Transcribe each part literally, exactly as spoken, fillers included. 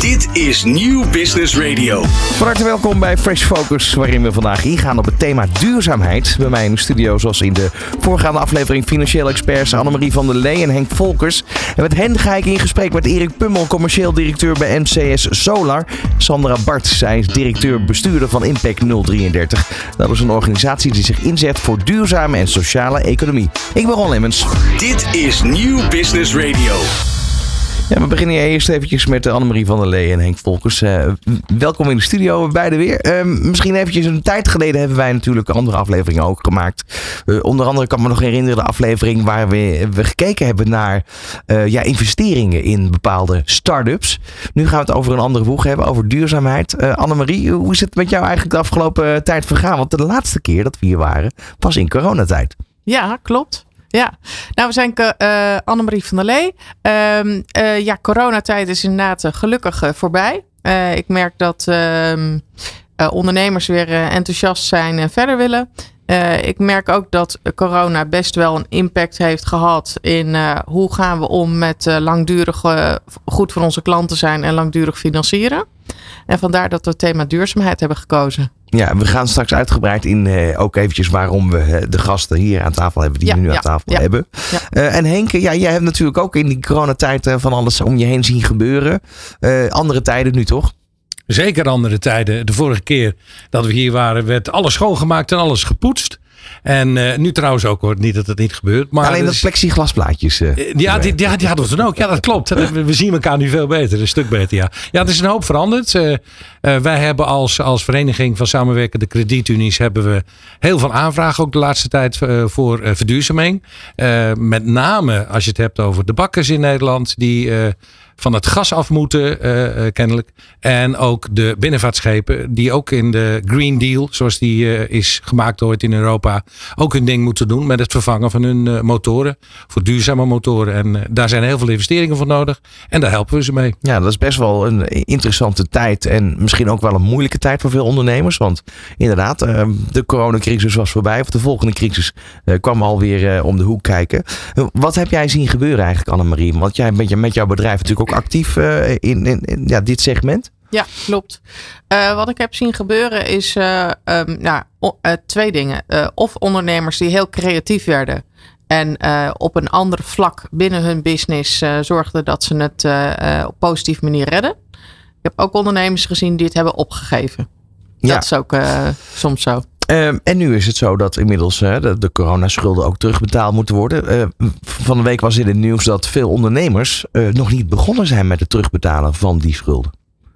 Dit is Nieuw Business Radio. Van harte welkom bij Fresh Focus, waarin we vandaag ingaan op het thema duurzaamheid. Bij mij in de studio, zoals in de voorgaande aflevering, financieel experts Annemarie van der Lee en Henk Volkers. En met hen ga ik in gesprek met Erik Pummel, commercieel directeur bij M C S Solar. Sandra Bart, zij is directeur-bestuurder van Impact nul drieëndertig. Dat is een organisatie die zich inzet voor duurzame en sociale economie. Ik ben Ron Lemmens. Dit is Nieuw Business Radio. Ja, we beginnen eerst eventjes met Annemarie van der Lee en Henk Volkers. Uh, welkom in de studio, beide weer. Uh, misschien eventjes een tijd geleden hebben wij natuurlijk andere afleveringen ook gemaakt. Uh, onder andere kan ik me nog herinneren de aflevering waar we, we gekeken hebben naar uh, ja, investeringen in bepaalde start-ups. Nu gaan we het over een andere boeg hebben, over duurzaamheid. Uh, Annemarie, hoe is het met jou eigenlijk de afgelopen tijd vergaan? Want de laatste keer dat we hier waren, was in coronatijd. Ja, klopt. Ja, nou we zijn uh, Annemarie van der Lee. Uh, uh, ja, coronatijd is inderdaad uh, gelukkig uh, voorbij. Uh, ik merk dat uh, uh, ondernemers weer uh, enthousiast zijn en verder willen. Uh, ik merk ook dat corona best wel een impact heeft gehad in uh, hoe gaan we om met uh, langdurig uh, goed voor onze klanten zijn en langdurig financieren. En vandaar dat we het thema duurzaamheid hebben gekozen. Ja, we gaan straks uitgebreid in uh, ook eventjes waarom we uh, de gasten hier aan tafel hebben die ja, we nu ja, aan tafel ja, hebben. Ja. Uh, en Henk, ja, jij hebt natuurlijk ook in die coronatijd uh, van alles om je heen zien gebeuren. Uh, andere tijden nu toch? Zeker andere tijden. De vorige keer dat we hier waren werd alles schoongemaakt en alles gepoetst. En uh, nu trouwens ook hoor, niet dat het niet gebeurt. Maar alleen dat is, plexiglasplaatjes. Uh, ja, die, ja, die hadden we toen ook. Ja, dat klopt. We, we zien elkaar nu veel beter, een stuk beter. Ja, ja er is een hoop veranderd. Uh, uh, wij hebben als, als vereniging van samenwerkende kredietunies hebben we heel veel aanvragen ook de laatste tijd uh, voor uh, verduurzaming. Uh, met name als je het hebt over de bakkers in Nederland die Uh, van het gas af moeten, uh, uh, kennelijk. En ook de binnenvaartschepen die ook in de Green Deal, zoals die uh, is gemaakt ooit in Europa, ook hun ding moeten doen met het vervangen van hun uh, motoren. Voor duurzame motoren. En uh, daar zijn heel veel investeringen voor nodig. En daar helpen we ze mee. Ja, dat is best wel een interessante tijd. En misschien ook wel een moeilijke tijd voor veel ondernemers. Want inderdaad, uh, de coronacrisis was voorbij. Of de volgende crisis uh, kwam alweer uh, om de hoek kijken. Uh, wat heb jij zien gebeuren eigenlijk, Annemarie? Want jij bent met jouw bedrijf natuurlijk ook actief uh, in, in, in ja, dit segment? Ja, klopt. Uh, wat ik heb zien gebeuren is uh, um, nou, o, uh, twee dingen. Uh, of ondernemers die heel creatief werden en uh, op een ander vlak binnen hun business uh, zorgden dat ze het uh, uh, op positieve manier redden. Ik heb ook ondernemers gezien die het hebben opgegeven. Ja. Dat is ook uh, soms zo. Um, en nu is het zo dat inmiddels uh, de, de coronaschulden ook terugbetaald moeten worden. Uh, van de week was in het nieuws dat veel ondernemers uh, nog niet begonnen zijn met het terugbetalen van die schulden.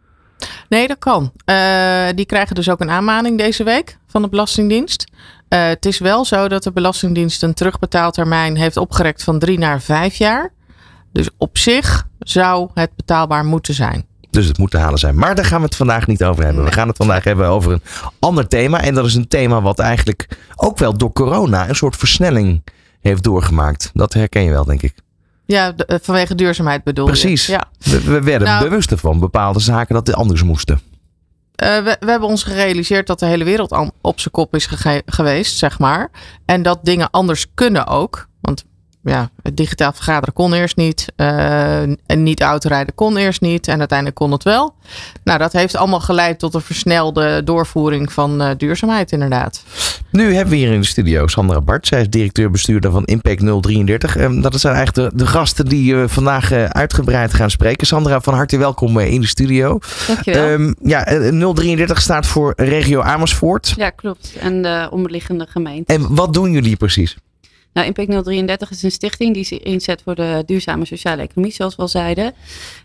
Nee, dat kan. Uh, die krijgen dus ook een aanmaning deze week van de Belastingdienst. Uh, het is wel zo dat de Belastingdienst een terugbetaaltermijn heeft opgerekt van drie naar vijf jaar. Dus op zich zou het betaalbaar moeten zijn. Dus het moet te halen zijn. Maar daar gaan we het vandaag niet over hebben. We gaan het vandaag hebben over een ander thema. En dat is een thema wat eigenlijk ook wel door corona een soort versnelling heeft doorgemaakt. Dat herken je wel, denk ik. Ja, de, vanwege duurzaamheid bedoel je. Precies. Ja. We, we werden nou, bewust van bepaalde zaken dat die anders moesten. Uh, we, we hebben ons gerealiseerd dat de hele wereld op zijn kop is gege- geweest, zeg maar. En dat dingen anders kunnen ook. Want ja, het digitaal vergaderen kon eerst niet. Uh, en niet autorijden kon eerst niet. En uiteindelijk kon het wel. Nou, dat heeft allemaal geleid tot een versnelde doorvoering van uh, duurzaamheid inderdaad. Nu hebben we hier in de studio Sandra Bart. Zij is directeur-bestuurder van Impact nul drieëndertig. Um, dat zijn eigenlijk de, de gasten die we uh, vandaag uh, uitgebreid gaan spreken. Sandra, van harte welkom uh, in de studio. Dankjewel. Um, ja, uh, nul drieëndertig staat voor regio Amersfoort. Ja, klopt. En de onderliggende gemeente. En wat doen jullie precies? Nou, Impact nul drieëndertig is een stichting die zich inzet voor de duurzame sociale economie, zoals we al zeiden.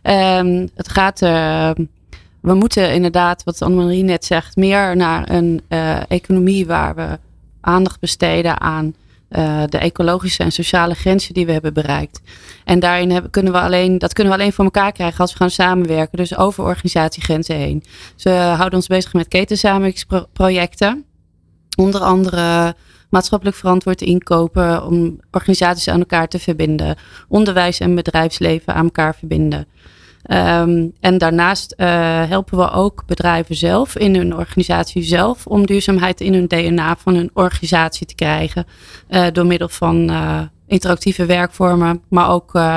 Um, het gaat, uh, we moeten inderdaad, wat Annemarie net zegt, meer naar een uh, economie waar we aandacht besteden aan uh, de ecologische en sociale grenzen die we hebben bereikt. En daarin hebben, kunnen we alleen, dat kunnen we alleen voor elkaar krijgen als we gaan samenwerken, dus over organisatiegrenzen heen. Dus we houden ons bezig met ketensamenwerkingsprojecten, onder andere maatschappelijk verantwoord inkopen om organisaties aan elkaar te verbinden. Onderwijs en bedrijfsleven aan elkaar verbinden. Um, en daarnaast uh, helpen we ook bedrijven zelf in hun organisatie zelf om duurzaamheid in hun D N A van hun organisatie te krijgen. Uh, door middel van uh, interactieve werkvormen, maar ook uh,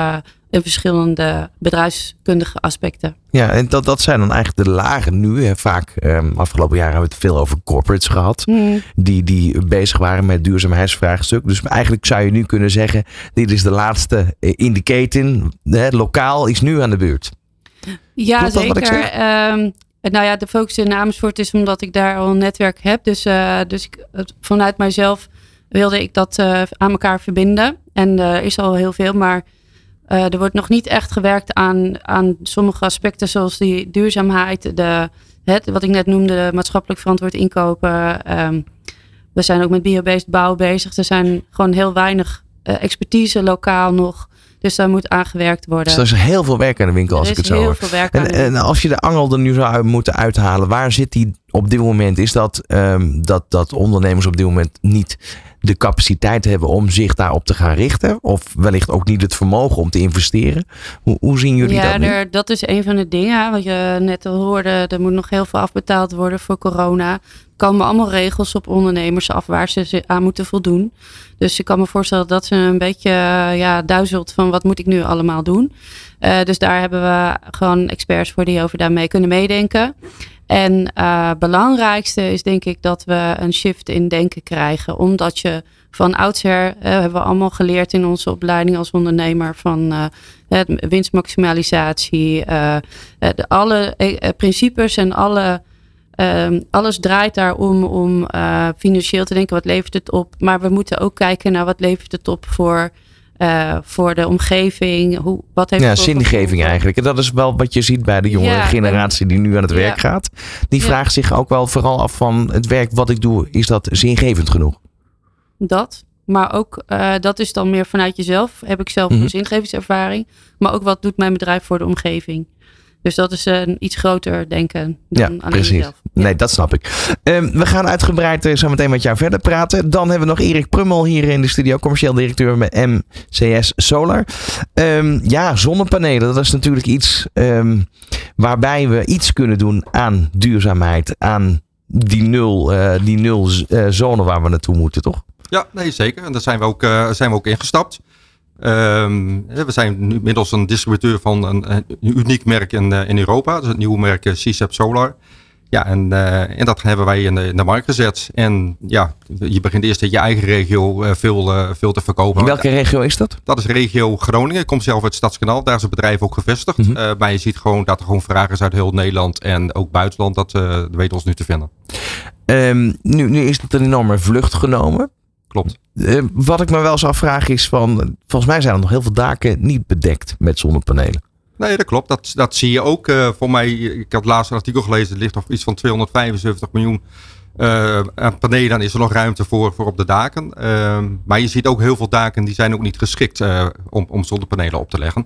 in verschillende bedrijfskundige aspecten. Ja, en dat, dat zijn dan eigenlijk de lagen nu. Hè. Vaak, um, afgelopen jaren hebben we het veel over corporates gehad. Mm. Die, die bezig waren met duurzaamheidsvraagstuk. Dus eigenlijk zou je nu kunnen zeggen, dit is de laatste in de keten. Hè, lokaal is nu aan de beurt. Ja, Klopt dat zeker. Wat ik zeg? Um, nou ja, de focus in Amersfoort is omdat ik daar al een netwerk heb. Dus, uh, dus ik, vanuit mijzelf wilde ik dat uh, aan elkaar verbinden. En uh, er is al heel veel, maar uh, er wordt nog niet echt gewerkt aan, aan sommige aspecten zoals die duurzaamheid. De, het, wat ik net noemde, maatschappelijk verantwoord inkopen. Um, we zijn ook met biobased bouw bezig. Er zijn gewoon heel weinig uh, expertise lokaal nog. Dus daar moet aan gewerkt worden. Dus er is heel veel werk aan de winkel als ik het zo hoor. Er is heel veel werk aan en, en als je de angel er nu zou moeten uithalen, waar zit die op dit moment? Is dat, um, dat dat ondernemers op dit moment niet de capaciteit hebben om zich daarop te gaan richten? Of wellicht ook niet het vermogen om te investeren? Hoe, hoe zien jullie ja, dat nu? Er, dat is een van de dingen. Wat je net al hoorde. Er moet nog heel veel afbetaald worden voor corona. Er komen allemaal regels op ondernemers af waar ze aan moeten voldoen. Dus ik kan me voorstellen dat ze een beetje ja, duizelt van wat moet ik nu allemaal doen. Uh, dus daar hebben we gewoon experts voor die over daarmee kunnen meedenken. En het uh, belangrijkste is denk ik dat we een shift in denken krijgen. Omdat je van oudsher, uh, hebben we allemaal geleerd in onze opleiding als ondernemer van uh, winstmaximalisatie. Uh, de, alle uh, principes en alle, uh, alles draait daar om, om uh, financieel te denken. Wat levert het op? Maar we moeten ook kijken naar wat levert het op voor... Uh, voor de omgeving. Hoe, wat heeft ja, zingeving eigenlijk. En dat is wel wat je ziet bij de jongere ja, generatie die nu aan het werk ja. gaat. Die ja. vraagt zich ook wel vooral af van het werk wat ik doe, is dat zingevend genoeg? Dat, maar ook uh, dat is dan meer vanuit jezelf. Heb ik zelf mm-hmm. een zingevingservaring. Maar ook wat doet mijn bedrijf voor de omgeving? Dus dat is een iets groter denken dan ja, alleen precies. jezelf. Ja. Nee, dat snap ik. Um, we gaan uitgebreid uh, zo meteen met jou verder praten. Dan hebben we nog Erik Prummel hier in de studio. Commercieel directeur met M C S Solar. Um, ja, zonnepanelen. Dat is natuurlijk iets um, waarbij we iets kunnen doen aan duurzaamheid. Aan die nul, uh, die nul uh, zone waar we naartoe moeten, toch? Ja, nee, zeker. En daar zijn we ook, uh, zijn we ook ingestapt. Um, we zijn nu inmiddels een distributeur van een, een uniek merk in, uh, in Europa. Dat is het nieuwe merk uh, C S A P Solar. Ja, en, uh, en dat hebben wij in de, in de markt gezet. En ja, je begint eerst in je eigen regio uh, veel, uh, veel te verkopen. In welke regio is dat? Dat is regio Groningen. Ik kom zelf uit Stadskanaal. Daar is het bedrijf ook gevestigd. Mm-hmm. Uh, maar je ziet gewoon dat er gewoon vragen is uit heel Nederland en ook buitenland. Dat uh, weten ons nu te vinden. Um, nu, nu is het een enorme vlucht genomen. Klopt. Uh, wat ik me wel eens afvraag is van, volgens mij zijn er nog heel veel daken niet bedekt met zonnepanelen. Nee, dat klopt. Dat, dat zie je ook. Uh, voor mij, ik had laatst een artikel gelezen, het ligt nog iets van tweehonderdvijfenzeventig miljoen uh, aan panelen. Dan is er nog ruimte voor, voor op de daken. Uh, maar je ziet ook heel veel daken die zijn ook niet geschikt uh, om, om zonnepanelen op te leggen.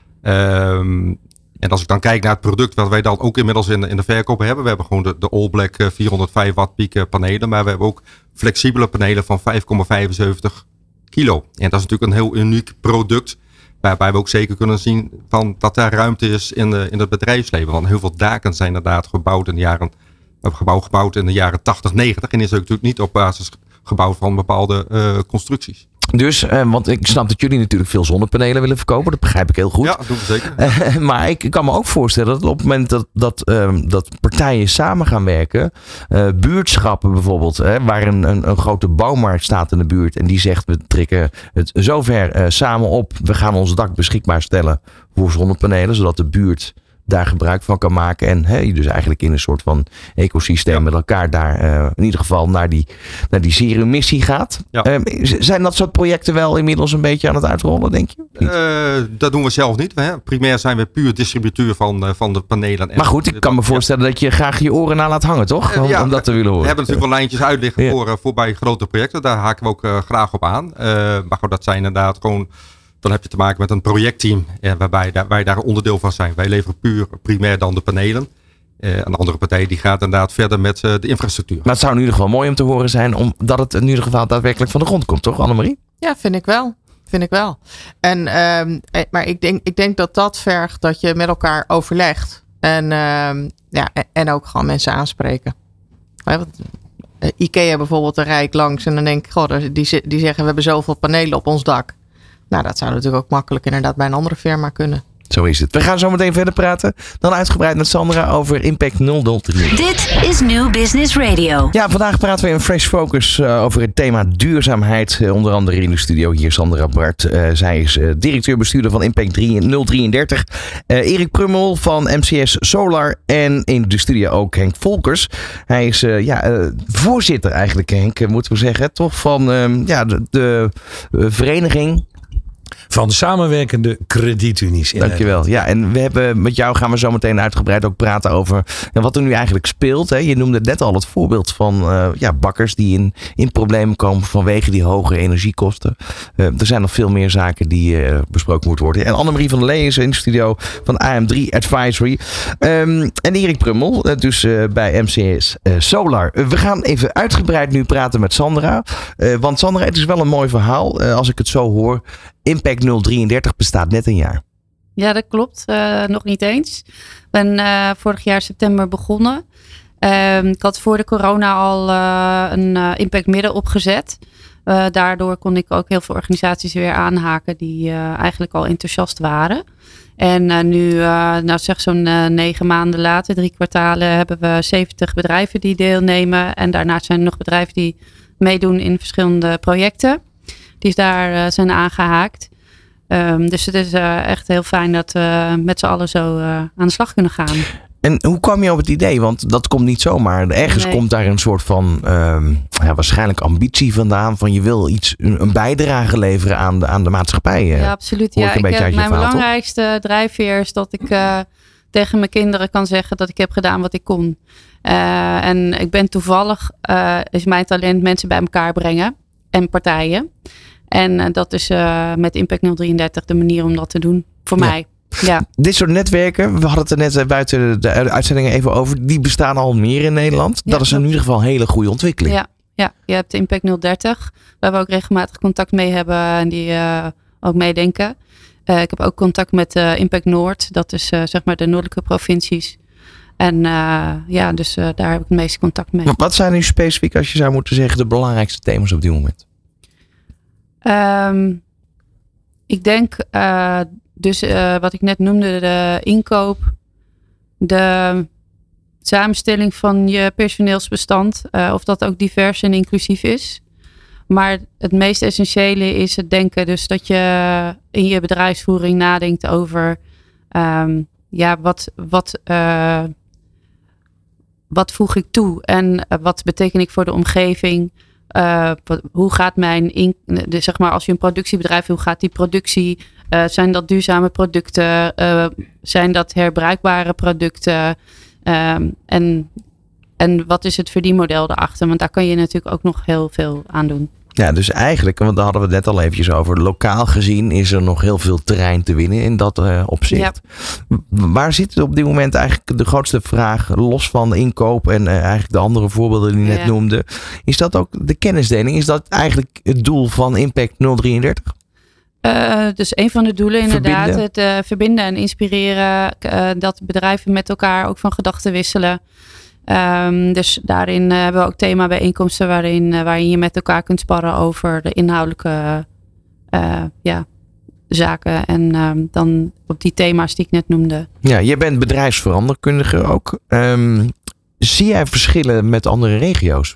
Uh, En als ik dan kijk naar het product wat wij dan ook inmiddels in de, in de verkoop hebben. We hebben gewoon de, de All Black vierhonderdvijf watt piek panelen. Maar we hebben ook flexibele panelen van vijf komma vijfenzeventig kilo. En dat is natuurlijk een heel uniek product. Waarbij we ook zeker kunnen zien van dat daar ruimte is in, de, in het bedrijfsleven. Want heel veel daken zijn inderdaad gebouwd in de jaren, gebouw gebouwd in de jaren tachtig, negentig. En is ook natuurlijk niet op basis gebouwd van bepaalde uh, constructies. Dus, uh, want ik snap dat jullie natuurlijk veel zonnepanelen willen verkopen. Dat begrijp ik heel goed. Ja, dat doen we zeker. Uh, maar ik kan me ook voorstellen dat op het moment dat, dat, uh, dat partijen samen gaan werken. Uh, buurtschappen bijvoorbeeld. Hè, waar een, een, een grote bouwmarkt staat in de buurt. En die zegt we trekken het zover uh, samen op. We gaan ons dak beschikbaar stellen voor zonnepanelen. Zodat de buurt daar gebruik van kan maken. En hè, je dus eigenlijk in een soort van ecosysteem ja. met elkaar daar uh, in ieder geval naar die, naar die zero missie gaat. Ja. Uh, zijn dat soort projecten wel inmiddels een beetje aan het uitrollen, denk je? Uh, dat doen we zelf niet. Hè? Primair zijn we puur distributeur van, uh, van de panelen. En maar goed, ik kan me voorstellen ja. dat je graag je oren na laat hangen, toch? Om, uh, ja, om dat te willen horen. We hebben natuurlijk wel lijntjes uitliggen ja. voor, uh, voor bij grote projecten. Daar haken we ook uh, graag op aan. Uh, maar goed, dat zijn inderdaad gewoon... Dan heb je te maken met een projectteam eh, waarbij daar, wij daar onderdeel van zijn. Wij leveren puur primair dan de panelen. Uh, een andere partij die gaat inderdaad verder met uh, de infrastructuur. Maar het zou in ieder geval mooi om te horen zijn, omdat het in ieder geval daadwerkelijk van de grond komt, toch Annemarie? Ja, vind ik wel. Vind ik wel. En, um, maar ik denk, ik denk dat dat vergt dat je met elkaar overlegt. En, um, ja, en ook gewoon mensen aanspreken. Ja, want, IKEA bijvoorbeeld, een rijk langs en dan denk ik, goh, die, die zeggen we hebben zoveel panelen op ons dak. nou, dat zou natuurlijk ook makkelijk inderdaad bij een andere firma kunnen. Zo is het. We gaan zo meteen verder praten. Dan uitgebreid met Sandra over Impact nul nul drie. Dit is New Business Radio. Ja, vandaag praten we in Fresh Focus uh, over het thema duurzaamheid. Uh, onder andere in de studio hier Sandra Bart. Uh, zij is uh, directeur-bestuurder van Impact nul drieëndertig. Uh, Erik Prummel van M C S Solar. En in de studio ook Henk Volkers. Hij is uh, ja, uh, voorzitter eigenlijk, Henk, moeten we zeggen. Toch van uh, ja, de, de uh, vereniging... Van de samenwerkende kredietunies. Dankjewel. Ja, en we hebben met jou gaan we zo meteen uitgebreid ook praten over wat er nu eigenlijk speelt. Hè. Je noemde net al het voorbeeld van uh, ja, bakkers die in, in problemen komen vanwege die hoge energiekosten. Uh, er zijn nog veel meer zaken die uh, besproken moeten worden. En Annemarie van der Lee is in de studio van A M drie Advisory. Um, en Erik Prummel, uh, dus uh, bij M C S uh, Solar. Uh, we gaan even uitgebreid nu praten met Sandra. Uh, want Sandra, het is wel een mooi verhaal uh, als ik het zo hoor. Impact nul drieëndertig bestaat net een jaar. Ja, dat klopt. Uh, nog niet eens. Ik ben uh, vorig jaar september begonnen. Uh, ik had voor de corona al uh, een uh, Impact Midden opgezet. Uh, daardoor kon ik ook heel veel organisaties weer aanhaken die uh, eigenlijk al enthousiast waren. En uh, nu, uh, nou zeg zo'n uh, negen maanden later, drie kwartalen, hebben we zeventig bedrijven die deelnemen. En daarnaast zijn er nog bedrijven die meedoen in verschillende projecten. Die daar uh, zijn aangehaakt. Um, dus het is uh, echt heel fijn dat we met z'n allen zo uh, aan de slag kunnen gaan. En hoe kwam je op het idee? Want dat komt niet zomaar. Ergens nee. komt daar een soort van um, ja, waarschijnlijk ambitie vandaan. Van je wil iets, een bijdrage leveren aan de, aan de maatschappij. Ja, absoluut. Ja, ik, ik heb, mijn verhaal, belangrijkste toch? drijfveer is dat ik uh, tegen mijn kinderen kan zeggen dat ik heb gedaan wat ik kon. Uh, en ik ben toevallig, uh, is mijn talent mensen bij elkaar brengen. En partijen. En uh, dat is uh, met Impact nul drieëndertig de manier om dat te doen. Voor ja. mij. Ja. Dit soort netwerken, we hadden het er net buiten de uitzendingen even over. Die bestaan al meer in Nederland. Ja, dat is in ieder geval een hele goede ontwikkeling. Ja, ja. Je hebt Impact nul dertig. Waar we ook regelmatig contact mee hebben. En die uh, ook meedenken. Uh, ik heb ook contact met uh, Impact Noord. Dat is uh, zeg maar de noordelijke provincies. En uh, ja, dus uh, daar heb ik het meeste contact mee. Maar wat zijn nu specifiek, als je zou moeten zeggen, de belangrijkste thema's op dit moment? Um, ik denk uh, dus uh, wat ik net noemde, de inkoop, de samenstelling van je personeelsbestand, uh, of dat ook divers en inclusief is. Maar het meest essentiële is het denken, dus dat je in je bedrijfsvoering nadenkt over um, ja, wat, wat, uh, wat voeg ik toe en uh, wat beteken ik voor de omgeving. Uh, hoe gaat mijn, in, de, zeg maar als je een productiebedrijf, hoe gaat die productie? Uh, zijn dat duurzame producten? Uh, zijn dat herbruikbare producten? Um, en, en wat is het verdienmodel daarachter? Want daar kan je natuurlijk ook nog heel veel aan doen. Ja, dus eigenlijk, want daar hadden we het net al eventjes over. Lokaal gezien is er nog heel veel terrein te winnen in dat uh, opzicht. Ja. Waar zit op dit moment eigenlijk de grootste vraag, los van de inkoop en uh, eigenlijk de andere voorbeelden die je net ja. noemde. Is dat ook de kennisdeling? Is dat eigenlijk het doel van Impact nul drieëndertig? Uh, dus een van de doelen inderdaad. Verbinden. Het uh, verbinden en inspireren. Uh, dat bedrijven met elkaar ook van gedachten wisselen. Um, dus daarin uh, hebben we ook themabijeenkomsten waarin, uh, waarin je met elkaar kunt sparren over de inhoudelijke uh, ja, zaken. En um, dan op die thema's die ik net noemde. Ja, je bent bedrijfsveranderkundige ook. Um, zie jij verschillen met andere regio's?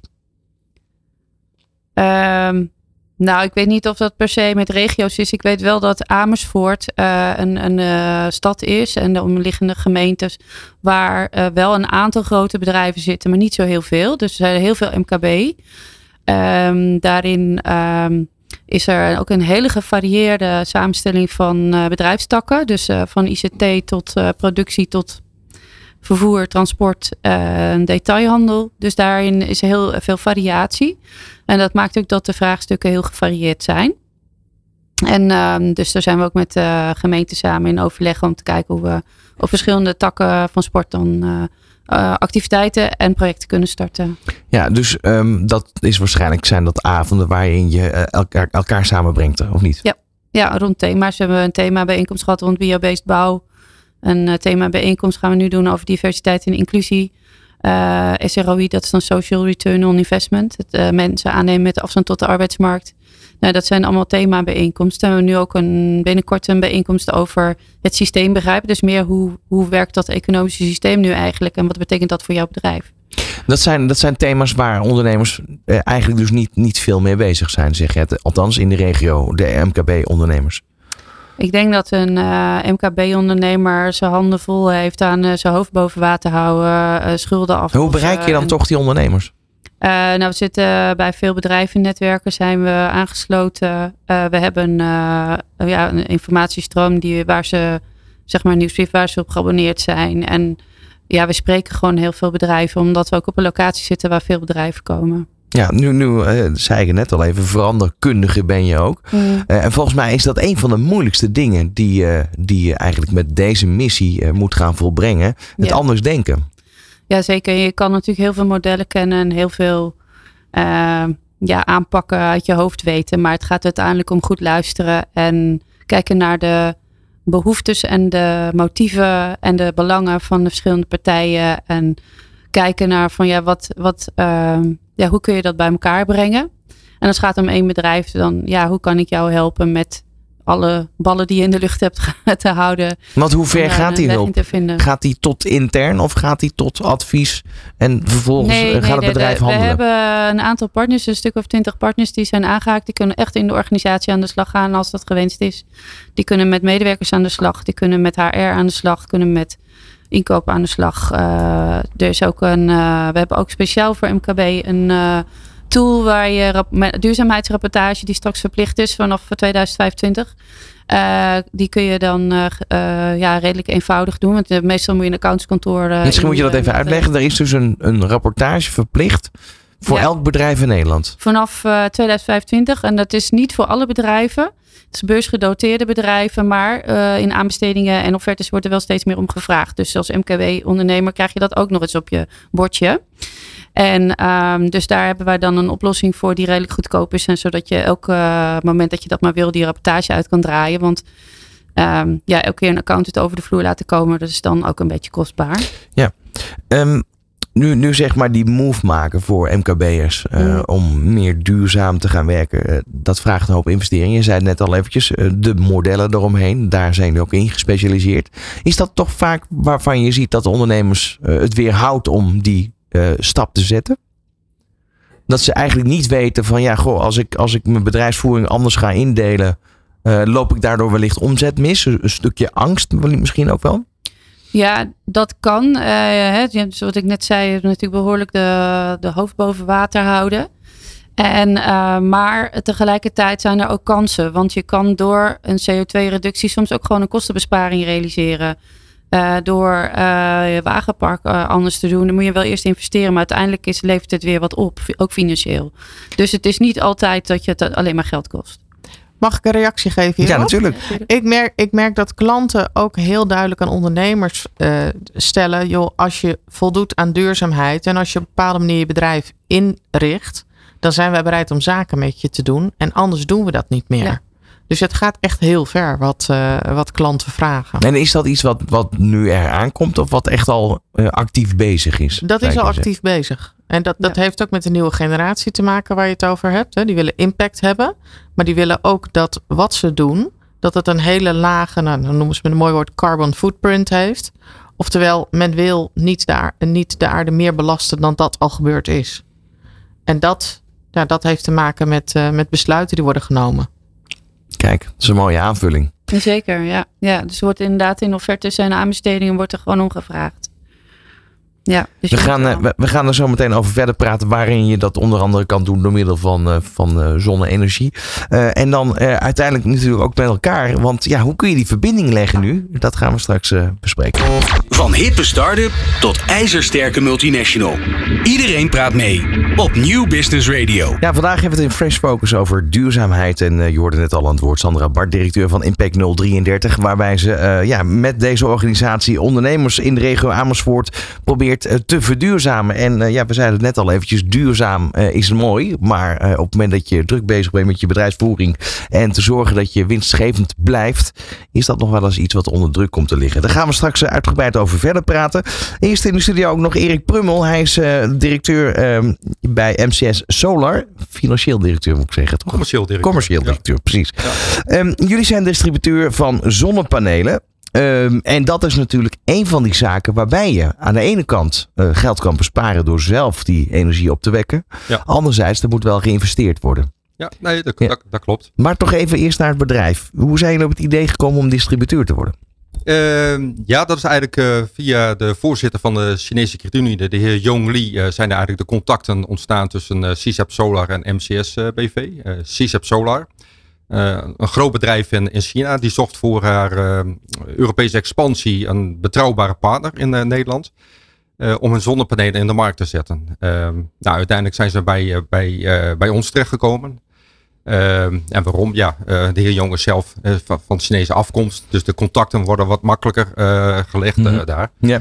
Um, nou, ik weet niet of dat per se met regio's is. Ik weet wel dat Amersfoort uh, een, een uh, stad is en de omliggende gemeentes waar uh, wel een aantal grote bedrijven zitten, maar niet zo heel veel. Dus er zijn heel veel M K B. Um, daarin um, is er ook een hele gevarieerde samenstelling van uh, bedrijfstakken. Dus uh, van I C T tot uh, productie tot vervoer, transport, uh, detailhandel. Dus daarin is er heel veel variatie. En dat maakt ook dat de vraagstukken heel gevarieerd zijn. En uh, dus daar zijn we ook met de gemeente samen in overleg om te kijken hoe we op verschillende takken van sport dan uh, uh, activiteiten en projecten kunnen starten. Ja, dus um, dat is waarschijnlijk zijn dat avonden waarin je uh, elkaar, elkaar samenbrengt, of niet? Ja, ja, rond thema's. We hebben een thema bijeenkomst gehad rond biobased bouw. Een uh, thema bijeenkomst gaan we nu doen over diversiteit en inclusie. Uh, S R O I, dat is dan Social Return on Investment. Het uh, mensen aannemen met afstand tot de arbeidsmarkt. Dan Nou, dat zijn allemaal themabijeenkomsten. We hebben nu ook een, binnenkort een bijeenkomst over het systeem begrijpen. Dus meer hoe, hoe werkt dat economische systeem nu eigenlijk en wat betekent dat voor jouw bedrijf? Dat zijn, dat zijn thema's waar ondernemers eh, eigenlijk dus niet, niet veel mee bezig zijn, zeg je het. Althans in de regio, de M K B-ondernemers. Ik denk dat een uh, M K B-ondernemer zijn handen vol heeft aan uh, zijn hoofd boven water houden, uh, schulden af. Hoe bereik je dan en, toch die ondernemers? Uh, nou, we zitten bij veel bedrijvennetwerken zijn we aangesloten. Uh, we hebben uh, ja, een informatiestroom die, waar ze, zeg maar, een nieuwsbrief waar ze op geabonneerd zijn. En ja, we spreken gewoon heel veel bedrijven, omdat we ook op een locatie zitten waar veel bedrijven komen. Ja, nu, nu uh, zei ik net al even, veranderkundige ben je ook. Mm. Uh, en volgens mij is dat een van de moeilijkste dingen die, uh, die je eigenlijk met deze missie uh, moet gaan volbrengen. Het ja. anders denken. Ja, zeker. Je kan natuurlijk heel veel modellen kennen en heel veel uh, ja, aanpakken uit je hoofd weten. Maar het gaat uiteindelijk om goed luisteren en kijken naar de behoeftes en de motieven en de belangen van de verschillende partijen. En kijken naar van ja, wat, wat, uh, ja, hoe kun je dat bij elkaar brengen? En als het gaat om één bedrijf, dan ja, hoe kan ik jou helpen met alle ballen die je in de lucht hebt te houden. Want hoe ver gaat die hulp? Gaat die tot intern of gaat die tot advies en vervolgens nee, gaat nee, het bedrijf de, de, handelen? We hebben een aantal partners, een stuk of twintig partners die zijn aangehaakt. Die kunnen echt in de organisatie aan de slag gaan als dat gewenst is. Die kunnen met medewerkers aan de slag. Die kunnen met H R aan de slag. Kunnen met inkoop aan de slag. Uh, er is ook een, uh, we hebben ook speciaal voor M K B een uh, tool waar je rap, duurzaamheidsrapportage die straks verplicht is vanaf tweeduizend vijfentwintig. Uh, die kun je dan uh, uh, ja, redelijk eenvoudig doen. Want uh, meestal moet je een accountskantoor. Uh, Misschien moet je dat even uh, uitleggen. Er is dus een, een rapportage verplicht voor ja. elk bedrijf in Nederland. Vanaf uh, tweeduizend vijfentwintig. En dat is niet voor alle bedrijven. Het is beursgenoteerde bedrijven. Maar uh, in aanbestedingen en offertes wordt er wel steeds meer om gevraagd. Dus als M K B-ondernemer krijg je dat ook nog eens op je bordje. En um, dus daar hebben wij dan een oplossing voor die redelijk goedkoop is. En zodat je elk uh, moment dat je dat maar wil, die rapportage uit kan draaien. Want um, ja, elke keer een accountant over de vloer laten komen, dat is dan ook een beetje kostbaar. Ja, um, nu, nu zeg maar die move maken voor M K B'ers uh, mm. om meer duurzaam te gaan werken. Uh, dat vraagt een hoop investeringen. Je zei het net al eventjes, uh, de modellen eromheen, daar zijn we ook in gespecialiseerd. Is dat toch vaak waarvan je ziet dat de ondernemers uh, het weerhoudt om die Uh, stap te zetten? Dat ze eigenlijk niet weten van ja, goh, als ik, als ik mijn bedrijfsvoering anders ga indelen, uh, loop ik daardoor wellicht omzet mis? Een stukje angst misschien ook wel? Ja, dat kan. Uh, hè, zoals ik net zei, natuurlijk behoorlijk de, de hoofd boven water houden. En, uh, maar tegelijkertijd zijn er ook kansen. Want je kan door een C O twee reductie soms ook gewoon een kostenbesparing realiseren. Uh, door uh, je wagenpark uh, anders te doen. Dan moet je wel eerst investeren. Maar uiteindelijk is, levert het weer wat op. Ook financieel. Dus het is niet altijd dat je het alleen maar geld kost. Mag ik een reactie geven hierop? Ja, natuurlijk. Ik merk, ik merk dat klanten ook heel duidelijk aan ondernemers uh, stellen. Joh, als je voldoet aan duurzaamheid. En als je op een bepaalde manier je bedrijf inricht. Dan zijn wij bereid om zaken met je te doen. En anders doen we dat niet meer. Ja. Dus het gaat echt heel ver wat, uh, wat klanten vragen. En is dat iets wat, wat nu eraan komt of wat echt al uh, actief bezig is? Dat is al actief bezig. En dat, dat ja. heeft ook met de nieuwe generatie te maken waar je het over hebt. Hè. Die willen impact hebben. Maar die willen ook dat wat ze doen, dat het een hele lage, nou, dan noemen ze met een mooi woord, carbon footprint heeft. Oftewel, men wil niet de, aarde, niet de aarde meer belasten dan dat al gebeurd is. En dat, ja, dat heeft te maken met, uh, met besluiten die worden genomen. Kijk, dat is een mooie aanvulling. Zeker, ja. ja. Dus wordt inderdaad in offertes en aanbestedingen wordt er gewoon om gevraagd. Ja, dus we, gaan, uh, we, we gaan er zo meteen over verder praten waarin je dat onder andere kan doen door middel van, uh, van uh, zonne-energie. Uh, en dan uh, uiteindelijk natuurlijk ook met elkaar. Want ja, hoe kun je die verbinding leggen nu? Dat gaan we straks uh, bespreken. Van hippe start-up tot ijzersterke multinational. Iedereen praat mee op Nieuw Business Radio. Ja, vandaag hebben we het in Fresh Focus over duurzaamheid. En uh, je hoorde net al aan het woord Sandra Bart, directeur van Impact nul drieëndertig. Waarbij ze uh, ja, met deze organisatie ondernemers in de regio Amersfoort probeert te verduurzamen. En uh, ja, we zeiden het net al eventjes, duurzaam uh, is mooi. Maar uh, op het moment dat je druk bezig bent met je bedrijfsvoering en te zorgen dat je winstgevend blijft, is dat nog wel eens iets wat onder druk komt te liggen. Daar gaan we straks uitgebreid over over verder praten. Eerst in de studio ook nog Erik Prummel. Hij is uh, directeur uh, bij M C S Solar. Financieel directeur moet ik zeggen. Toch? Commercieel directeur. Commercieel directeur, ja. Precies. Ja. Um, jullie zijn distributeur van zonnepanelen. Um, en dat is natuurlijk een van die zaken waarbij je aan de ene kant uh, geld kan besparen door zelf die energie op te wekken. Ja. Anderzijds, er moet wel geïnvesteerd worden. Ja, nee, dat, ja. dat, dat klopt. Maar toch even eerst naar het bedrijf. Hoe zijn jullie op het idee gekomen om distributeur te worden? Uh, ja, dat is eigenlijk uh, via de voorzitter van de Chinese krediet-unie, de, de heer Yong Li, uh, zijn er eigenlijk de contacten ontstaan tussen uh, C S A P Solar en M C S uh, B V. Uh, C S A P Solar. Uh, een groot bedrijf in, in China. Die zocht voor haar uh, Europese expansie een betrouwbare partner in uh, Nederland. Uh, om hun zonnepanelen in de markt te zetten. Uh, nou, uiteindelijk zijn ze bij, uh, bij, uh, bij ons terechtgekomen. Uh, en waarom? Ja, uh, de heer Jong is zelf uh, van, van Chinese afkomst. Dus de contacten worden wat makkelijker uh, gelegd uh, mm-hmm. daar. Ja.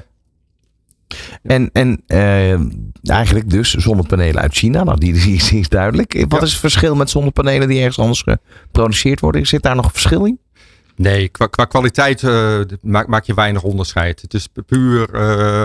En, en uh, eigenlijk dus zonnepanelen uit China. Nou, die, die, die is duidelijk. Wat ja. is het verschil met zonnepanelen die ergens anders geproduceerd worden? Zit daar nog een verschil in? Nee, qua, qua kwaliteit uh, maak, maak je weinig onderscheid. Het is puur uh,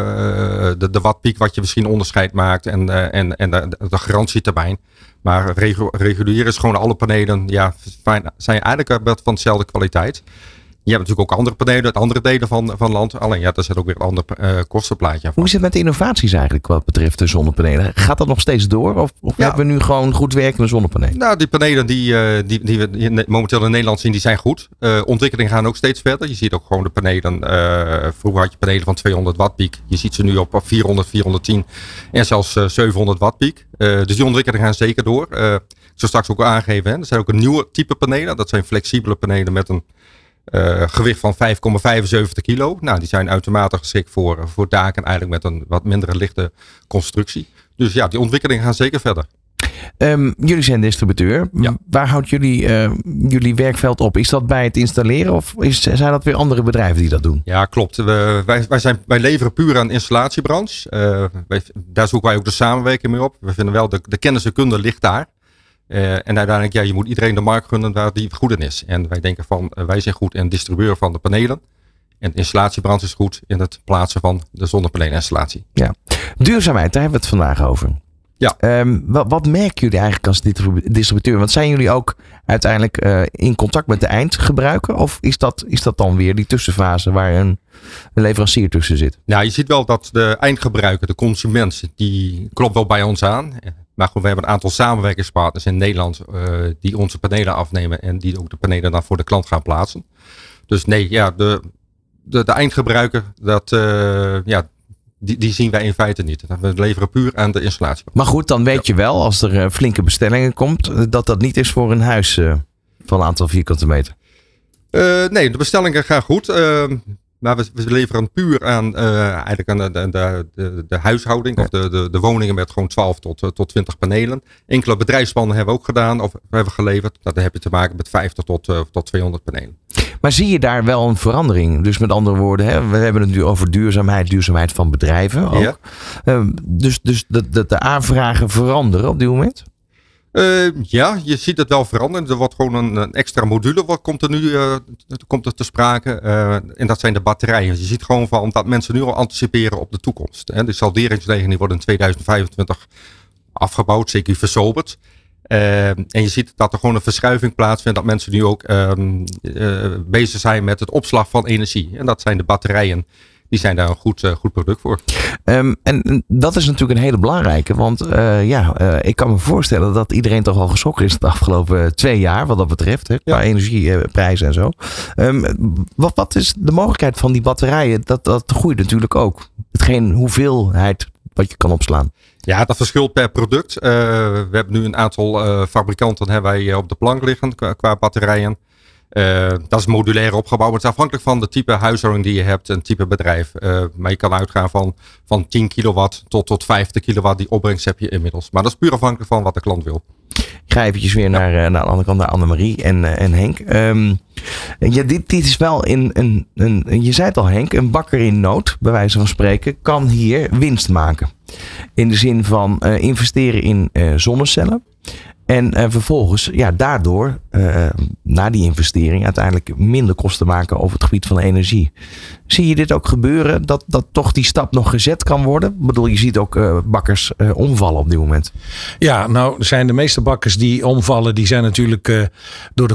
de, de wattpiek wat je misschien onderscheid maakt en, uh, en, en de, de garantietermijn. Maar regu- regulier is gewoon alle panelen ja, zijn eigenlijk van dezelfde kwaliteit. Je hebt natuurlijk ook andere panelen uit andere delen van, van land. Alleen ja, daar zit ook weer een ander uh, kostenplaatje aan. Hoe is het met de innovaties eigenlijk wat betreft de zonnepanelen? Gaat dat nog steeds door? Of, of ja. hebben we nu gewoon goed werkende zonnepanelen? Nou, die panelen die, uh, die, die we momenteel in Nederland zien, die zijn goed. Uh, ontwikkelingen gaan ook steeds verder. Je ziet ook gewoon de panelen. Uh, vroeger had je panelen van tweehonderd watt piek. Je ziet ze nu op vierhonderd, vierhonderdtien en zelfs uh, zevenhonderd watt piek. Uh, dus die ontwikkelingen gaan zeker door. Uh, ik zal straks ook aangeven. Hè. Er zijn ook een nieuwe type panelen. Dat zijn flexibele panelen met een Uh, gewicht van vijf komma vijfenzeventig kilo. Nou, die zijn uitermate geschikt voor, voor daken eigenlijk met een wat mindere lichte constructie. Dus ja, die ontwikkelingen gaan zeker verder. Um, jullie zijn distributeur. Ja. Waar houdt jullie, uh, jullie werkveld op? Is dat bij het installeren of is, zijn dat weer andere bedrijven die dat doen? Ja, klopt. We, wij, wij, zijn, wij leveren puur aan de installatiebranche. Uh, wij, daar zoeken wij ook de samenwerking mee op. We vinden wel, de, de kennis en kunde ligt daar. Uh, en uiteindelijk, ja, je moet iedereen de markt gunnen waar die goed in is. En wij denken van, uh, wij zijn goed in distribueur van de panelen. En de installatiebranche is goed in het plaatsen van de zonnepaneleninstallatie. Ja. Duurzaamheid, daar hebben we het vandaag over. Ja. Um, wat, wat merken jullie eigenlijk als distributeur? Want zijn jullie ook uiteindelijk uh, in contact met de eindgebruiker? Of is dat, is dat dan weer die tussenfase waar een, een leverancier tussen zit? Nou, je ziet wel dat de eindgebruiker, de consument, die klopt wel bij ons aan. Maar goed, we hebben een aantal samenwerkingspartners in Nederland uh, die onze panelen afnemen en die ook de panelen dan voor de klant gaan plaatsen. Dus nee, ja, de, de, de eindgebruiker, dat, uh, ja, die, die zien wij in feite niet. We leveren puur aan de installatie. Maar goed, dan weet ja. je wel, als er uh, flinke bestellingen komt, dat dat niet is voor een huis uh, van een aantal vierkante meter. Uh, nee, de bestellingen gaan goed. Uh, Maar we, we leveren puur aan uh, eigenlijk aan de, de, de, de huishouding ja. of de, de, de woningen met gewoon twaalf tot, tot twintig panelen. Enkele bedrijfspanden hebben we ook gedaan of we hebben geleverd. Nou, dan heb je te maken met vijftig tot, uh, tot tweehonderd panelen. Maar zie je daar wel een verandering? Dus met andere woorden, hè, we hebben het nu over duurzaamheid, duurzaamheid van bedrijven ook. Ja. Uh, dus dus de, de, de aanvragen veranderen op dit moment? Uh, ja, je ziet het wel veranderen. Er wordt gewoon een, een extra module wat komt er nu uh, komt er te sprake. Uh, en dat zijn de batterijen. Je ziet gewoon van dat mensen nu al anticiperen op de toekomst. Hè. De salderingsregeling wordt in tweeduizend vijfentwintig afgebouwd, zeker versoberd. Uh, en je ziet dat er gewoon een verschuiving plaatsvindt. Dat mensen nu ook uh, uh, bezig zijn met het opslag van energie. En dat zijn de batterijen. Die zijn daar een goed, uh, goed product voor. Um, en dat is natuurlijk een hele belangrijke. Want uh, ja, uh, ik kan me voorstellen dat iedereen toch al geschrokken is de afgelopen twee jaar. Wat dat betreft. Hè, qua ja. energieprijzen en zo. Um, wat, wat is de mogelijkheid van die batterijen? Dat, dat groeit natuurlijk ook. Hetgeen hoeveelheid wat je kan opslaan. Ja, dat verschilt per product. Uh, we hebben nu een aantal uh, fabrikanten hebben wij op de plank liggen qua, qua batterijen. Uh, dat is modulair opgebouwd. Het is afhankelijk van de type huishouding die je hebt en type bedrijf. Uh, maar je kan uitgaan van, van tien kilowatt tot, tot vijftig kilowatt. Die opbrengst heb je inmiddels. Maar dat is puur afhankelijk van wat de klant wil. Ik ga eventjes weer naar, ja. naar de andere kant, naar Annemarie en, uh, en Henk. Um, ja, dit, dit is wel in een, een, je zei het al Henk, een bakker in nood, bij wijze van spreken, kan hier winst maken. In de zin van uh, investeren in uh, zonnecellen. En uh, vervolgens, ja, daardoor, uh, na die investering, uiteindelijk minder kosten maken over het gebied van energie. Zie je dit ook gebeuren, dat, dat toch die stap nog gezet kan worden? Ik bedoel, je ziet ook uh, bakkers uh, omvallen op dit moment. Ja, nou zijn de meeste bakkers die omvallen, die zijn natuurlijk uh, door de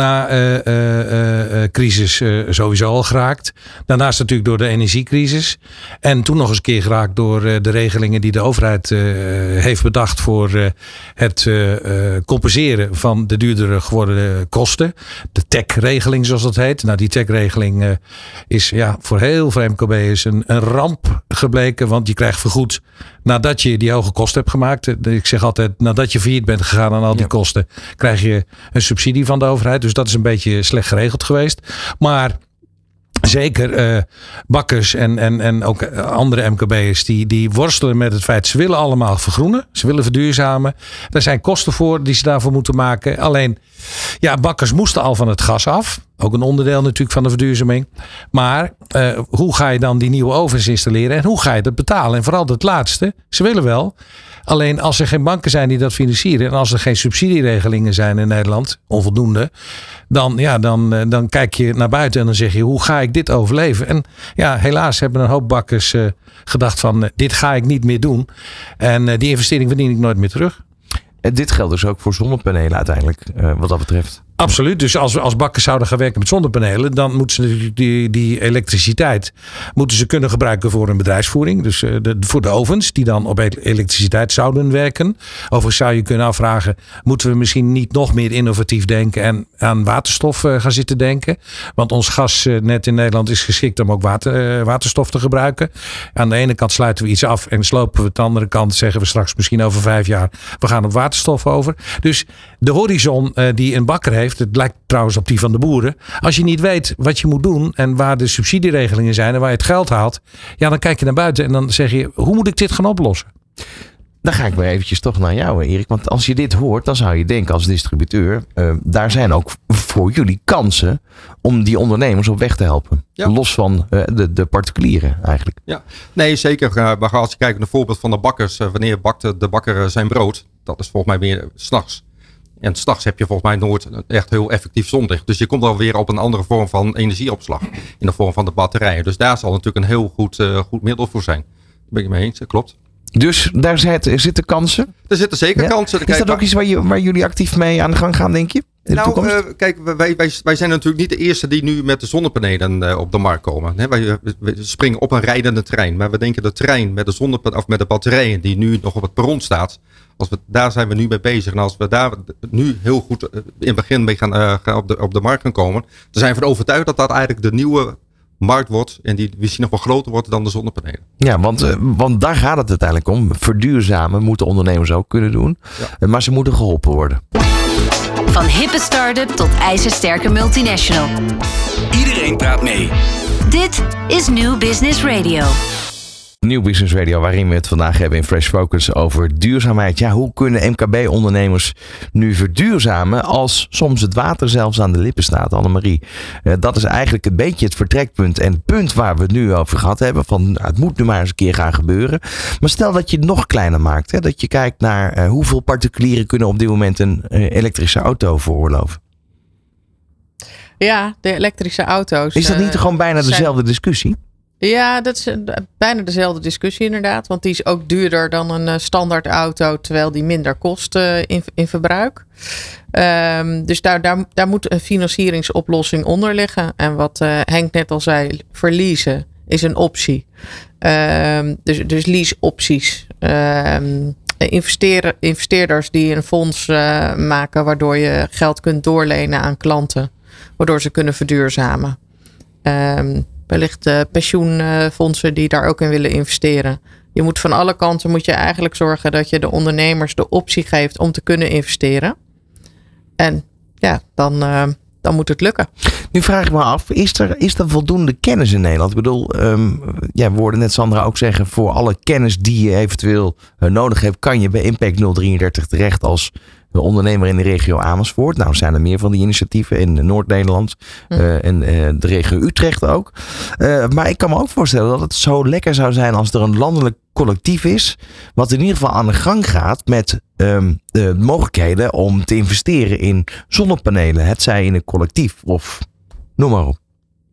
corona-crisis uh, uh, uh, sowieso al geraakt. Daarnaast natuurlijk door de energiecrisis. En toen nog eens een keer geraakt door uh, de regelingen die de overheid uh, heeft bedacht voor uh, het uh, uh, compenseren van de duurdere geworden kosten. De T E C-regeling zoals dat heet. Nou, die T E C-regeling uh, is ja voor heel veel M K B'ers een, een ramp gebleken. Want je krijgt vergoed nadat je die hoge kosten hebt gemaakt. Ik zeg altijd, nadat je failliet bent gegaan aan al die ja. kosten, krijg je een subsidie van de overheid. Dus dat is een beetje slecht geregeld geweest. Maar zeker uh, bakkers en, en, en ook andere M K B'ers die, die worstelen met het feit, ze willen allemaal vergroenen. Ze willen verduurzamen. Er zijn kosten voor die ze daarvoor moeten maken. Alleen, ja, bakkers moesten al van het gas af. Ook een onderdeel natuurlijk van de verduurzaming. Maar uh, hoe ga je dan die nieuwe ovens installeren? En hoe ga je dat betalen? En vooral dat laatste, ze willen wel. Alleen als er geen banken zijn die dat financieren. En als er geen subsidieregelingen zijn in Nederland, onvoldoende. Dan, ja, dan, dan kijk je naar buiten en dan zeg je, hoe ga ik dit overleven? En ja, helaas hebben een hoop bakkers uh, gedacht van, uh, dit ga ik niet meer doen. En uh, die investering verdien ik nooit meer terug. En dit geldt dus ook voor zonnepanelen uiteindelijk, uh, wat dat betreft. Absoluut. Dus als we als bakkers zouden gaan werken met zonnepanelen, dan moeten ze natuurlijk die, die elektriciteit moeten ze kunnen gebruiken voor een bedrijfsvoering. Dus uh, de, voor de ovens die dan op elektriciteit zouden werken. Overigens zou je kunnen afvragen, moeten we misschien niet nog meer innovatief denken en aan waterstof uh, gaan zitten denken? Want ons gasnet in Nederland is geschikt om ook water, uh, waterstof te gebruiken. Aan de ene kant sluiten we iets af en slopen we. Aan de andere kant zeggen we straks misschien over vijf jaar, we gaan op waterstof over. Dus de horizon uh, die een bakker heeft, het lijkt trouwens op die van de boeren. Als je niet weet wat je moet doen en waar de subsidieregelingen zijn en waar je het geld haalt, ja, dan kijk je naar buiten en dan zeg je, hoe moet ik dit gaan oplossen? Dan ga ik weer eventjes toch naar jou, Erik. Want als je dit hoort, dan zou je denken als distributeur, uh, daar zijn ook voor jullie kansen om die ondernemers op weg te helpen. Ja. Los van uh, de, de particulieren eigenlijk. Ja, nee, zeker. Uh, maar als je kijkt naar het voorbeeld van de bakkers, uh, wanneer bakt de bakker zijn brood, dat is volgens mij weer 's nachts. En 's nachts heb je volgens mij nooit echt heel effectief zonlicht. Dus je komt dan weer op een andere vorm van energieopslag. In de vorm van de batterijen. Dus daar zal natuurlijk een heel goed, uh, goed middel voor zijn. Daar ben ik mee eens, dat klopt. Dus daar zitten, zitten kansen? Er zitten zeker ja. kansen. Is dat ook iets waar, je, waar jullie actief mee aan de gang gaan, denk je? In nou, uh, kijk, wij, wij, wij zijn natuurlijk niet de eerste die nu met de zonnepanelen uh, op de markt komen. He, wij, wij springen op een rijdende trein. Maar we denken de trein met de, zonnepan- of met de batterijen die nu nog op het perron staat. Als we, daar zijn we nu mee bezig. En als we daar nu heel goed uh, in het begin mee gaan, uh, gaan op, de, op de markt gaan komen. Dan zijn we ervan overtuigd dat dat eigenlijk de nieuwe markt wordt. En die misschien nog wel groter wordt dan de zonnepanelen. Ja, want, uh, want daar gaat het uiteindelijk om. Verduurzamen moeten ondernemers ook kunnen doen. Ja. Uh, maar ze moeten geholpen worden. Van hippe start-up tot ijzersterke multinational. Iedereen praat mee. Dit is New Business Radio. Nieuw Business Radio, waarin we het vandaag hebben in Fresh Focus over duurzaamheid. Ja, hoe kunnen M K B-ondernemers nu verduurzamen als soms het water zelfs aan de lippen staat, Annemarie? Uh, dat is eigenlijk een beetje het vertrekpunt en het punt waar we het nu over gehad hebben. Van, nou, het moet nu maar eens een keer gaan gebeuren. Maar stel dat je het nog kleiner maakt. Hè, dat je kijkt naar uh, hoeveel particulieren kunnen op dit moment een uh, elektrische auto veroorloven. Ja, de elektrische auto's. Is dat niet uh, gewoon bijna zijn... dezelfde discussie? Ja, dat is bijna dezelfde discussie inderdaad. Want die is ook duurder dan een uh, standaard auto. Terwijl die minder kost uh, in, in verbruik. Um, dus daar, daar, daar moet een financieringsoplossing onder liggen. En wat uh, Henk net al zei, verliezen is een optie. Um, dus, dus leaseopties. Um, investeren, investeerders die een fonds uh, maken. Waardoor je geld kunt doorlenen aan klanten. Waardoor ze kunnen verduurzamen. Um, Wellicht uh, pensioenfondsen die daar ook in willen investeren. Je moet van alle kanten moet je eigenlijk zorgen dat je de ondernemers de optie geeft om te kunnen investeren. En ja, dan, uh, dan moet het lukken. Nu vraag ik me af, is er, is er voldoende kennis in Nederland? Ik bedoel, um, ja, we hoorden net Sandra ook zeggen, voor alle kennis die je eventueel uh, nodig hebt, kan je bij Impact nul drieëndertig terecht als de ondernemer in de regio Amersfoort. Nou zijn er meer van die initiatieven in Noord-Nederland mm. uh, en uh, de regio Utrecht ook. Uh, maar ik kan me ook voorstellen dat het zo lekker zou zijn als er een landelijk collectief is. Wat in ieder geval aan de gang gaat met um, de mogelijkheden om te investeren in zonnepanelen. Het zij in een collectief of noem maar op.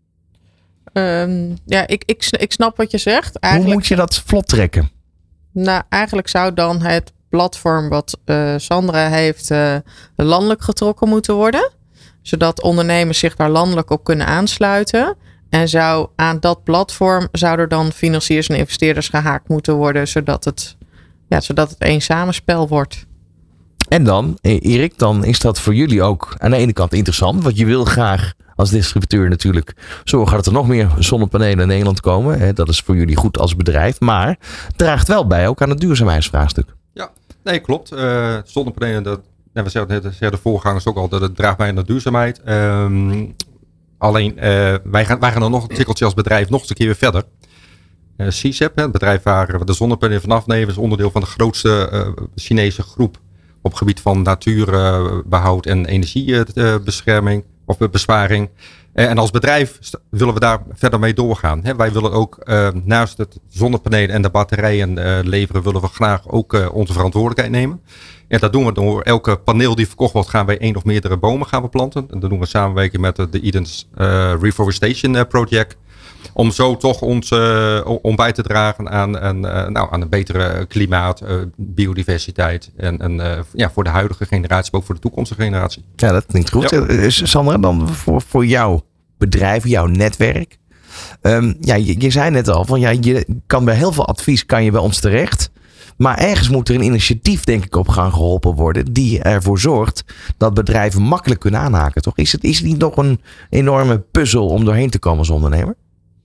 Um, ja, ik, ik, ik snap wat je zegt. Eigenlijk, Hoe moet je dat vlot trekken? Nou, eigenlijk zou dan het platform wat uh, Sandra heeft uh, landelijk getrokken moeten worden. Zodat ondernemers zich daar landelijk op kunnen aansluiten. En zou aan dat platform zouden dan financiers en investeerders gehaakt moeten worden. Zodat het, ja, zodat het één samenspel wordt. En dan, Erik, dan is dat voor jullie ook aan de ene kant interessant. Want je wil graag als distributeur natuurlijk zorgen dat er nog meer zonnepanelen in Nederland komen. Dat is voor jullie goed als bedrijf. Maar het draagt wel bij ook aan het duurzaamheidsvraagstuk. Ja, nee, klopt. Uh, zonnepanelen, dat, nou, we zeggen net, de voorgangers ook al, dat het draagt bij aan de duurzaamheid. Um, alleen, uh, wij, gaan, wij gaan dan nog een tikkeltje als bedrijf nog eens een keer weer verder. Uh, C S E P, het bedrijf waar we de zonnepanelen vanaf nemen, is onderdeel van de grootste uh, Chinese groep op het gebied van natuurbehoud en energiebescherming of besparing. En als bedrijf willen we daar verder mee doorgaan. Wij willen ook uh, naast het zonnepanelen en de batterijen uh, leveren, willen we graag ook uh, onze verantwoordelijkheid nemen. En dat doen we door elke paneel die verkocht wordt, gaan wij één of meerdere bomen gaan beplanten. En dat doen we samenwerking met de Edens uh, Reforestation Project. Om zo toch ons uh, om bij te dragen aan, aan, uh, nou, aan een betere klimaat, uh, biodiversiteit. En, en uh, ja, voor de huidige generatie, maar ook voor de toekomstige generatie. Ja, dat klinkt goed. Ja. Sandra, dan voor, voor jouw bedrijf, jouw netwerk. Um, ja, je, je zei net al, van, ja, je kan bij heel veel advies kan je bij ons terecht. Maar ergens moet er een initiatief, denk ik, op gang geholpen worden. Die ervoor zorgt dat bedrijven makkelijk kunnen aanhaken. Toch? Is het, is het niet nog een enorme puzzel om doorheen te komen als ondernemer?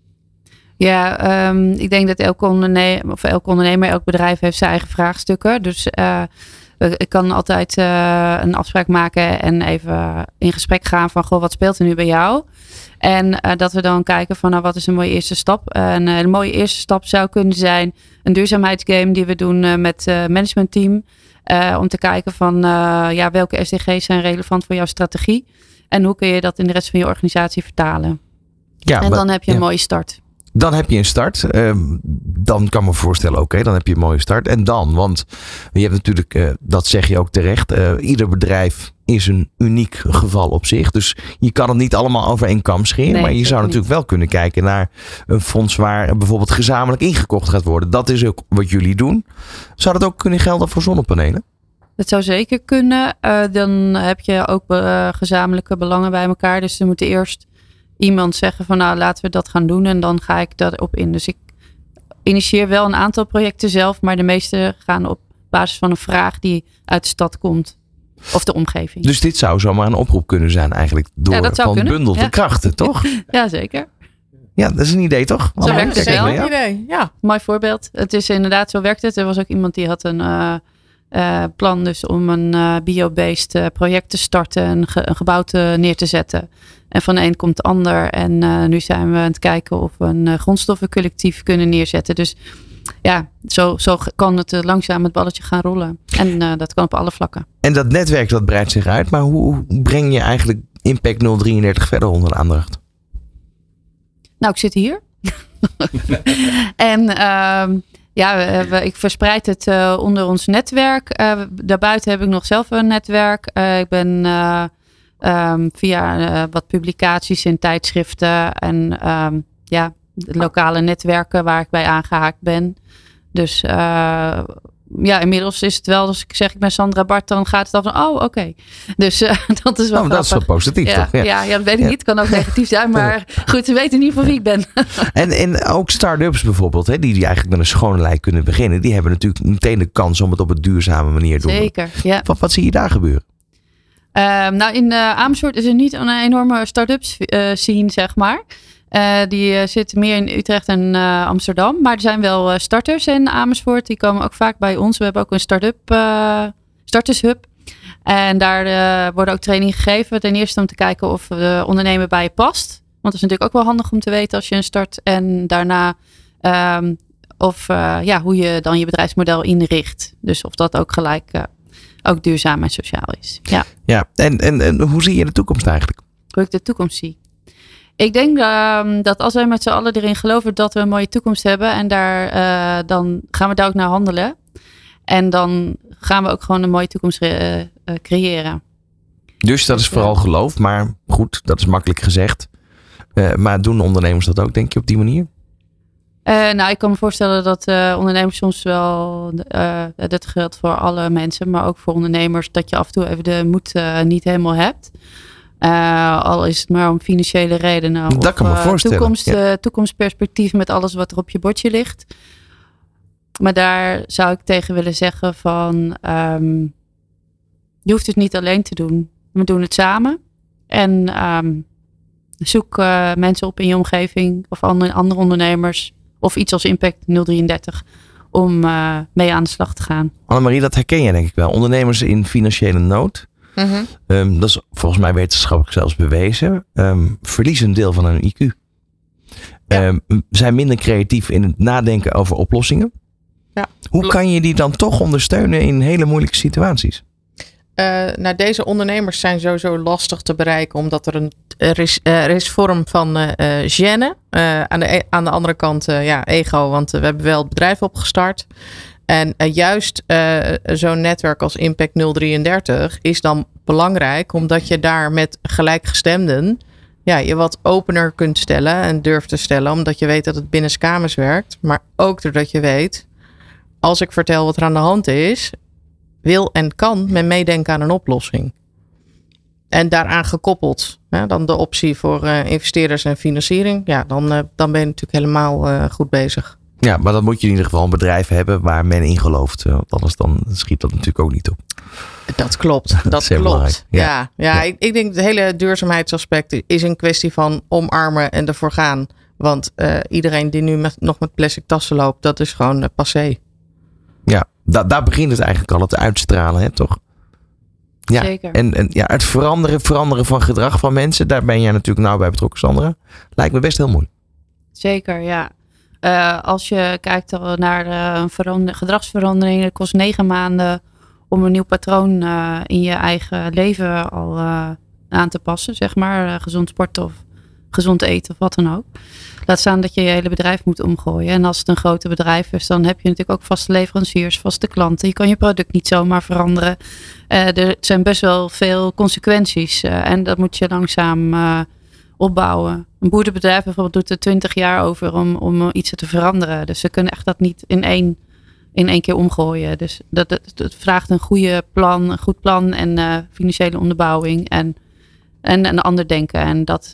Ja, um, ik denk dat elke ondernemer, of elk ondernemer, elk bedrijf heeft zijn eigen vraagstukken. Dus uh, ik kan altijd uh, een afspraak maken en even in gesprek gaan van, goh, wat speelt er nu bij jou? En uh, dat we dan kijken van, nou, wat is een mooie eerste stap? Uh, een, een mooie eerste stap zou kunnen zijn een duurzaamheidsgame die we doen uh, met het uh, managementteam. Uh, om te kijken van, uh, ja, welke S D G's zijn relevant voor jouw strategie? En hoe kun je dat in de rest van je organisatie vertalen? Ja, en dan maar, heb je een ja. mooie start. Dan heb je een start. Um, dan kan ik me voorstellen, oké, okay, dan heb je een mooie start. En dan, want je hebt natuurlijk, uh, dat zeg je ook terecht, uh, ieder bedrijf is een uniek geval op zich. Dus je kan het niet allemaal over één kam scheren. Nee, maar je zou natuurlijk niet. wel kunnen kijken naar een fonds waar bijvoorbeeld gezamenlijk ingekocht gaat worden. Dat is ook wat jullie doen. Zou dat ook kunnen gelden voor zonnepanelen? Dat zou zeker kunnen. Uh, dan heb je ook uh, gezamenlijke belangen bij elkaar. Dus ze moeten eerst iemand zeggen van, nou, laten we dat gaan doen. En dan ga ik daarop in. Dus ik initieer wel een aantal projecten zelf. Maar de meeste gaan op basis van een vraag die uit de stad komt. Of de omgeving. Dus dit zou zomaar een oproep kunnen zijn eigenlijk. Door ja, van kunnen. bundelde ja. krachten, toch? Ja, zeker. Ja, dat is een idee, toch? Zo werkt het wel. Een idee, ja. Mooi voorbeeld. Het is inderdaad, zo werkt het. Er was ook iemand die had een uh, uh, plan dus om een uh, bio-based uh, project te starten. Een, ge- een gebouw te, neer te zetten. En van de een komt de ander. En uh, nu zijn we aan het kijken of we een uh, grondstoffencollectief kunnen neerzetten. Dus ja, zo, zo kan het uh, langzaam het balletje gaan rollen. En uh, dat kan op alle vlakken. En dat netwerk dat breidt zich uit. Maar hoe breng je eigenlijk Impact nul drieëndertig verder onder de aandacht? Nou, ik zit hier. en uh, ja, we, ik verspreid het uh, onder ons netwerk. Uh, daarbuiten heb ik nog zelf een netwerk. Uh, ik ben uh, um, via uh, wat publicaties in tijdschriften en um, ja, de lokale netwerken waar ik bij aangehaakt ben. Dus uh, ja, inmiddels is het wel, als ik zeg ik ben Sandra Bart, dan gaat het al van, oh, oké. Okay. Dus uh, dat is wel oh, dat is wel positief, ja, toch? Ja. Ja, ja, dat weet ik ja. niet. Het kan ook negatief zijn, maar goed, ze weten in ieder geval wie ik ben. en, en ook start-ups bijvoorbeeld, hè, die, die eigenlijk met een schone lei kunnen beginnen, die hebben natuurlijk meteen de kans om het op een duurzame manier te doen. Zeker, ja. Wat, wat zie je daar gebeuren? Uh, nou, in uh, Amersfoort is er niet een enorme start-ups uh, scene, zeg maar. Uh, die uh, zitten meer in Utrecht en uh, Amsterdam. Maar er zijn wel uh, starters in Amersfoort. Die komen ook vaak bij ons. We hebben ook een start-up uh, starters hub. En daar uh, worden ook trainingen gegeven. Ten eerste om te kijken of de ondernemer bij je past. Want dat is natuurlijk ook wel handig om te weten als je een start. En daarna um, of, uh, ja, hoe je dan je bedrijfsmodel inricht. Dus of dat ook gelijk uh, ook duurzaam en sociaal is. Ja, ja. En, en, en hoe zie je de toekomst eigenlijk? Hoe ik de toekomst zie? Ik denk uh, dat als wij met z'n allen erin geloven dat we een mooie toekomst hebben. En daar, uh, dan gaan we daar ook naar handelen. En dan gaan we ook gewoon een mooie toekomst uh, uh, creëren. Dus dat is vooral geloof. Maar goed, dat is makkelijk gezegd. Uh, maar doen ondernemers dat ook, denk je, op die manier? Uh, nou, ik kan me voorstellen dat uh, ondernemers soms wel, uh, dat geldt voor alle mensen, maar ook voor ondernemers, dat je af en toe even de moed uh, niet helemaal hebt. Uh, al is het maar om financiële redenen. Dat of, kan me uh, voorstellen. Toekomst, ja. uh, toekomstperspectief met alles wat er op je bordje ligt. Maar daar zou ik tegen willen zeggen van, um, je hoeft het niet alleen te doen. We doen het samen. En um, zoek uh, mensen op in je omgeving of andere, andere ondernemers. Of iets als Impact nul drieëndertig om uh, mee aan de slag te gaan. Annemarie, dat herken jij denk ik wel. Ondernemers in financiële nood. Mm-hmm. Um, dat is volgens mij wetenschappelijk zelfs bewezen. Um, verliezen een deel van hun I Q. Ja. Um, zijn minder creatief in het nadenken over oplossingen. Ja. Hoe kan je die dan toch ondersteunen in hele moeilijke situaties? Uh, nou, deze ondernemers zijn sowieso lastig te bereiken, omdat er een er is, er is vorm van uh, gêne. Uh, aan, de, aan de andere kant uh, ja, ego, want uh, we hebben wel het bedrijf opgestart. En uh, juist uh, zo'n netwerk als Impact nul drieëndertig is dan belangrijk, omdat je daar met gelijkgestemden ja, je wat opener kunt stellen en durft te stellen, omdat je weet dat het binnenskamers werkt. Maar ook doordat je weet, als ik vertel wat er aan de hand is, wil en kan men meedenken aan een oplossing. En daaraan gekoppeld, hè, dan de optie voor uh, investeerders en financiering. Ja, dan, uh, dan ben je natuurlijk helemaal uh, goed bezig. Ja, maar dan moet je in ieder geval een bedrijf hebben waar men in gelooft. Want anders dan schiet dat natuurlijk ook niet op. Dat klopt, dat, dat klopt. Ja, ja, ja, ja. Ik, ik denk het hele duurzaamheidsaspect is een kwestie van omarmen en ervoor gaan. Want uh, iedereen die nu met, nog met plastic tassen loopt, dat is gewoon uh, passé. Ja, da- daar begint het eigenlijk al, het uitstralen, hè, toch? Ja, Zeker. En, en ja, het veranderen, veranderen van gedrag van mensen, daar ben jij natuurlijk nauw bij betrokken, Sandra. Lijkt me best heel moeilijk. Zeker, ja. Uh, als je kijkt naar uh, een verander- gedragsverandering, het kost negen maanden om een nieuw patroon uh, in je eigen leven al uh, aan te passen, zeg maar. Uh, gezond sporten of gezond eten of wat dan ook. Laat staan dat je je hele bedrijf moet omgooien. En als het een grote bedrijf is, dan heb je natuurlijk ook vaste leveranciers, vaste klanten. Je kan je product niet zomaar veranderen. Uh, er zijn best wel veel consequenties. Uh, en dat moet je langzaam uh, opbouwen. Een boerenbedrijf bijvoorbeeld doet er twintig jaar over om, om iets te veranderen. Dus ze kunnen echt dat niet in één, in één keer omgooien. Dus dat, dat, dat vraagt een goede plan, een goed plan en uh, financiële onderbouwing en, en een ander denken. En dat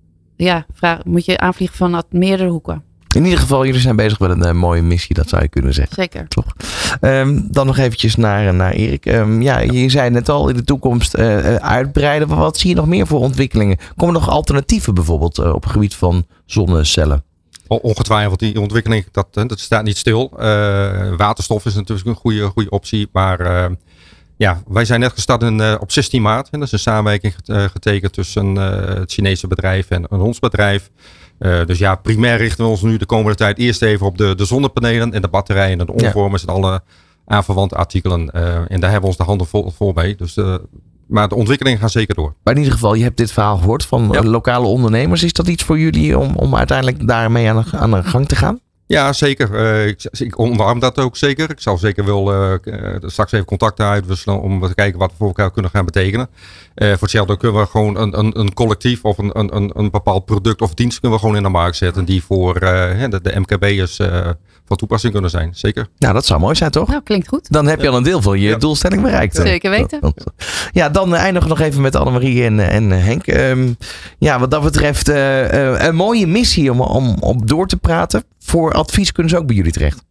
ja, vraag, moet je aanvliegen vanuit meerdere hoeken. In ieder geval, jullie zijn bezig met een uh, mooie missie, dat zou je kunnen zeggen. Zeker. Toch? Um, dan nog eventjes naar, naar Erik. Um, ja, je zei net al, in de toekomst uh, uitbreiden. Wat zie je nog meer voor ontwikkelingen? Komen er nog alternatieven bijvoorbeeld uh, op het gebied van zonnecellen? Ongetwijfeld, die ontwikkeling, dat, dat staat niet stil. Uh, waterstof is natuurlijk een goede, goede optie. Maar uh, ja, wij zijn net gestart in, uh, op zestien maart. En dat is een samenwerking getekend tussen uh, het Chinese bedrijf en, en ons bedrijf. Uh, dus ja, primair richten we ons nu de komende tijd eerst even op de, de zonnepanelen en de batterijen en de omvormers ja. en alle aanverwante artikelen. Uh, en daar hebben we ons de handen vol, vol mee. Dus uh, maar de ontwikkelingen gaan zeker door. Maar in ieder geval, je hebt dit verhaal gehoord van ja. lokale ondernemers. Is dat iets voor jullie om, om uiteindelijk daarmee aan de, aan de gang te gaan? Ja, zeker. Uh, ik, ik omarm dat ook zeker. Ik zal zeker wel uh, uh, straks even contacten uitwisselen om te kijken wat we voor elkaar kunnen gaan betekenen. Uh, voor hetzelfde kunnen we gewoon een, een, een collectief of een, een, een bepaald product of dienst kunnen we gewoon in de markt zetten die voor uh, de, de M K B'ers uh, van toepassing kunnen zijn. Zeker. Nou, dat zou mooi zijn, toch? Nou, klinkt goed. Dan heb je al een deel van je ja. doelstelling bereikt. Zeker weten. Ja, dan eindigen we nog even met Annemarie en, en Henk. Um, ja, wat dat betreft uh, uh, een mooie missie om, om op door te praten. Voor advies kunnen ze ook bij jullie terecht.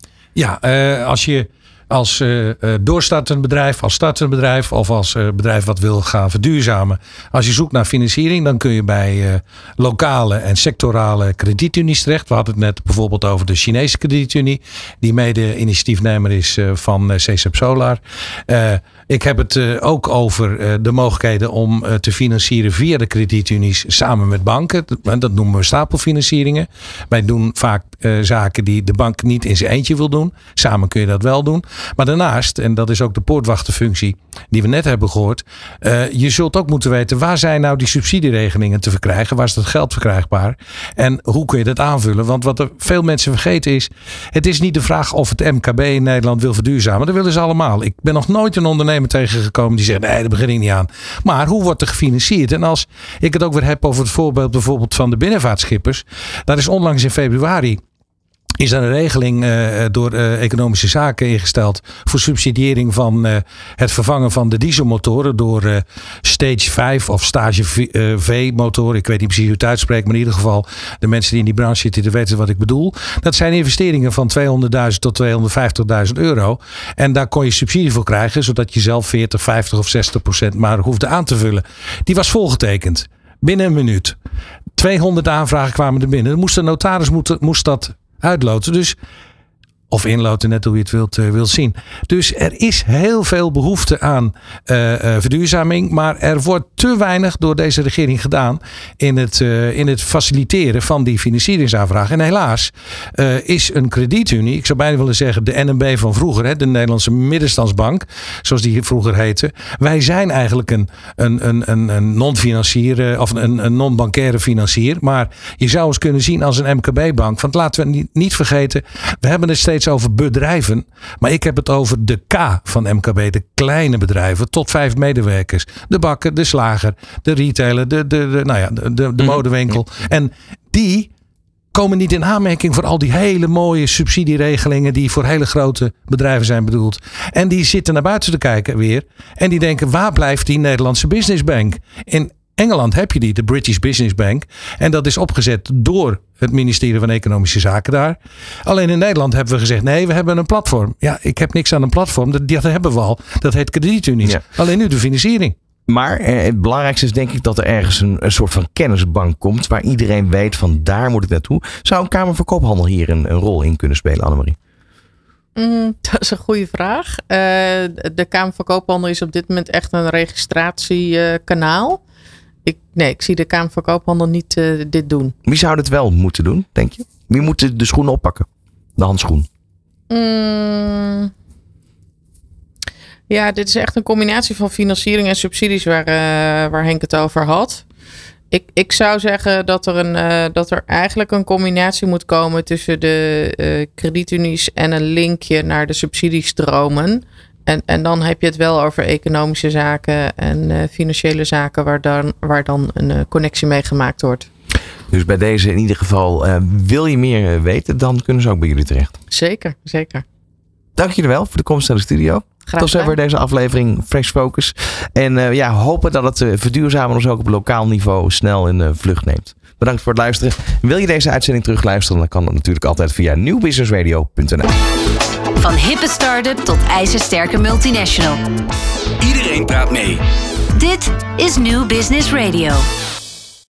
Ja, uh, als je als uh, doorstartend bedrijf, als startend bedrijf of als uh, bedrijf wat wil gaan verduurzamen. Als je zoekt naar financiering, dan kun je bij uh, lokale en sectorale kredietunies terecht. We hadden het net bijvoorbeeld over de Chinese kredietunie, die mede initiatiefnemer is uh, van uh, C S E P Solar. Uh, Ik heb het uh, ook over uh, de mogelijkheden om uh, te financieren via de kredietunies samen met banken. Dat, dat noemen we stapelfinancieringen. Wij doen vaak uh, zaken die de bank niet in zijn eentje wil doen. Samen kun je dat wel doen. Maar daarnaast, en dat is ook de poortwachtenfunctie die we net hebben gehoord. Uh, je zult ook moeten weten, waar zijn nou die subsidieregelingen te verkrijgen? Waar is dat geld verkrijgbaar? En hoe kun je dat aanvullen? Want wat er veel mensen vergeten is, het is niet de vraag of het M K B in Nederland wil verduurzamen. Dat willen ze allemaal. Ik ben nog nooit een ondernemer tegengekomen die zegt, nee, daar begin ik niet aan. Maar hoe wordt er gefinancierd? En als ik het ook weer heb over het voorbeeld bijvoorbeeld van de binnenvaartschippers. Daar is onlangs in februari is er een regeling uh, door uh, economische zaken ingesteld voor subsidiëring van uh, het vervangen van de dieselmotoren door uh, stage vijf of stage V motoren. Ik weet niet precies hoe het uitspreekt, maar in ieder geval de mensen die in die branche zitten, die weten wat ik bedoel. Dat zijn investeringen van tweehonderdduizend tot tweehonderdvijftigduizend euro. En daar kon je subsidie voor krijgen, zodat je zelf veertig, vijftig of zestig procent maar hoefde aan te vullen. Die was volgetekend. Binnen een minuut. tweehonderd aanvragen kwamen er binnen. Dan moest de notaris moest, moest dat uitloten. Dus, of inloten, net hoe je het wilt, uh, wilt zien. Dus er is heel veel behoefte aan uh, uh, verduurzaming. Maar er wordt te weinig door deze regering gedaan in het, uh, in het faciliteren van die financieringsaanvragen. En helaas uh, is een kredietunie, ik zou bijna willen zeggen de N M B van vroeger, hè, de Nederlandse Middenstandsbank, zoals die vroeger heette. Wij zijn eigenlijk een, een, een, een, een non-financier of een, een non-bankaire financier. Maar je zou eens kunnen zien als een M K B-bank. Want laten we niet, niet vergeten, we hebben het steeds over bedrijven. Maar ik heb het over de K van M K B. De kleine bedrijven tot vijf medewerkers. De bakker, de slager, de retailer, de, de, de, nou ja, de, de, de modewinkel. En die komen niet in aanmerking voor al die hele mooie subsidieregelingen die voor hele grote bedrijven zijn bedoeld. En die zitten naar buiten te kijken weer. En die denken, waar blijft die Nederlandse businessbank? In Engeland heb je die, de British Business Bank. En dat is opgezet door het ministerie van Economische Zaken daar. Alleen in Nederland hebben we gezegd, nee, we hebben een platform. Ja, ik heb niks aan een platform. Dat, dat hebben we al. Dat heet kredietunies. Ja. Alleen nu de financiering. Maar eh, het belangrijkste is denk ik dat er ergens een, een soort van kennisbank komt. Waar iedereen weet van daar moet ik naartoe. Zou een Kamer van Koophandel hier een, een rol in kunnen spelen, Annemarie? Mm, dat is een goede vraag. Uh, de Kamer van Koophandel is op dit moment echt een registratiekanaal. Uh, Ik, nee, ik zie de Kamer van Koophandel niet uh, dit doen. Wie zou dit wel moeten doen, denk je? Wie moet de, de schoenen oppakken? De handschoen? Mm, ja, dit is echt een combinatie van financiering en subsidies waar, uh, waar Henk het over had. Ik, ik zou zeggen dat er, een, uh, dat er eigenlijk een combinatie moet komen tussen de uh, kredietunies en een linkje naar de subsidiestromen. En, en dan heb je het wel over economische zaken en uh, financiële zaken waar dan, waar dan een uh, connectie mee gemaakt wordt. Dus bij deze in ieder geval, uh, wil je meer uh, weten, dan kunnen ze ook bij jullie terecht. Zeker, zeker. Dank jullie wel voor de komst naar de studio. Graag Tot zover deze aflevering Fresh Focus. En uh, ja, hopen dat het uh, verduurzamen ons ook op lokaal niveau snel in uh, vlucht neemt. Bedankt voor het luisteren. Wil je deze uitzending terugluisteren, dan kan dat natuurlijk altijd via nieuw business radio punt n l. Van hippe start-up tot ijzersterke multinational. Iedereen praat mee. Dit is New Business Radio.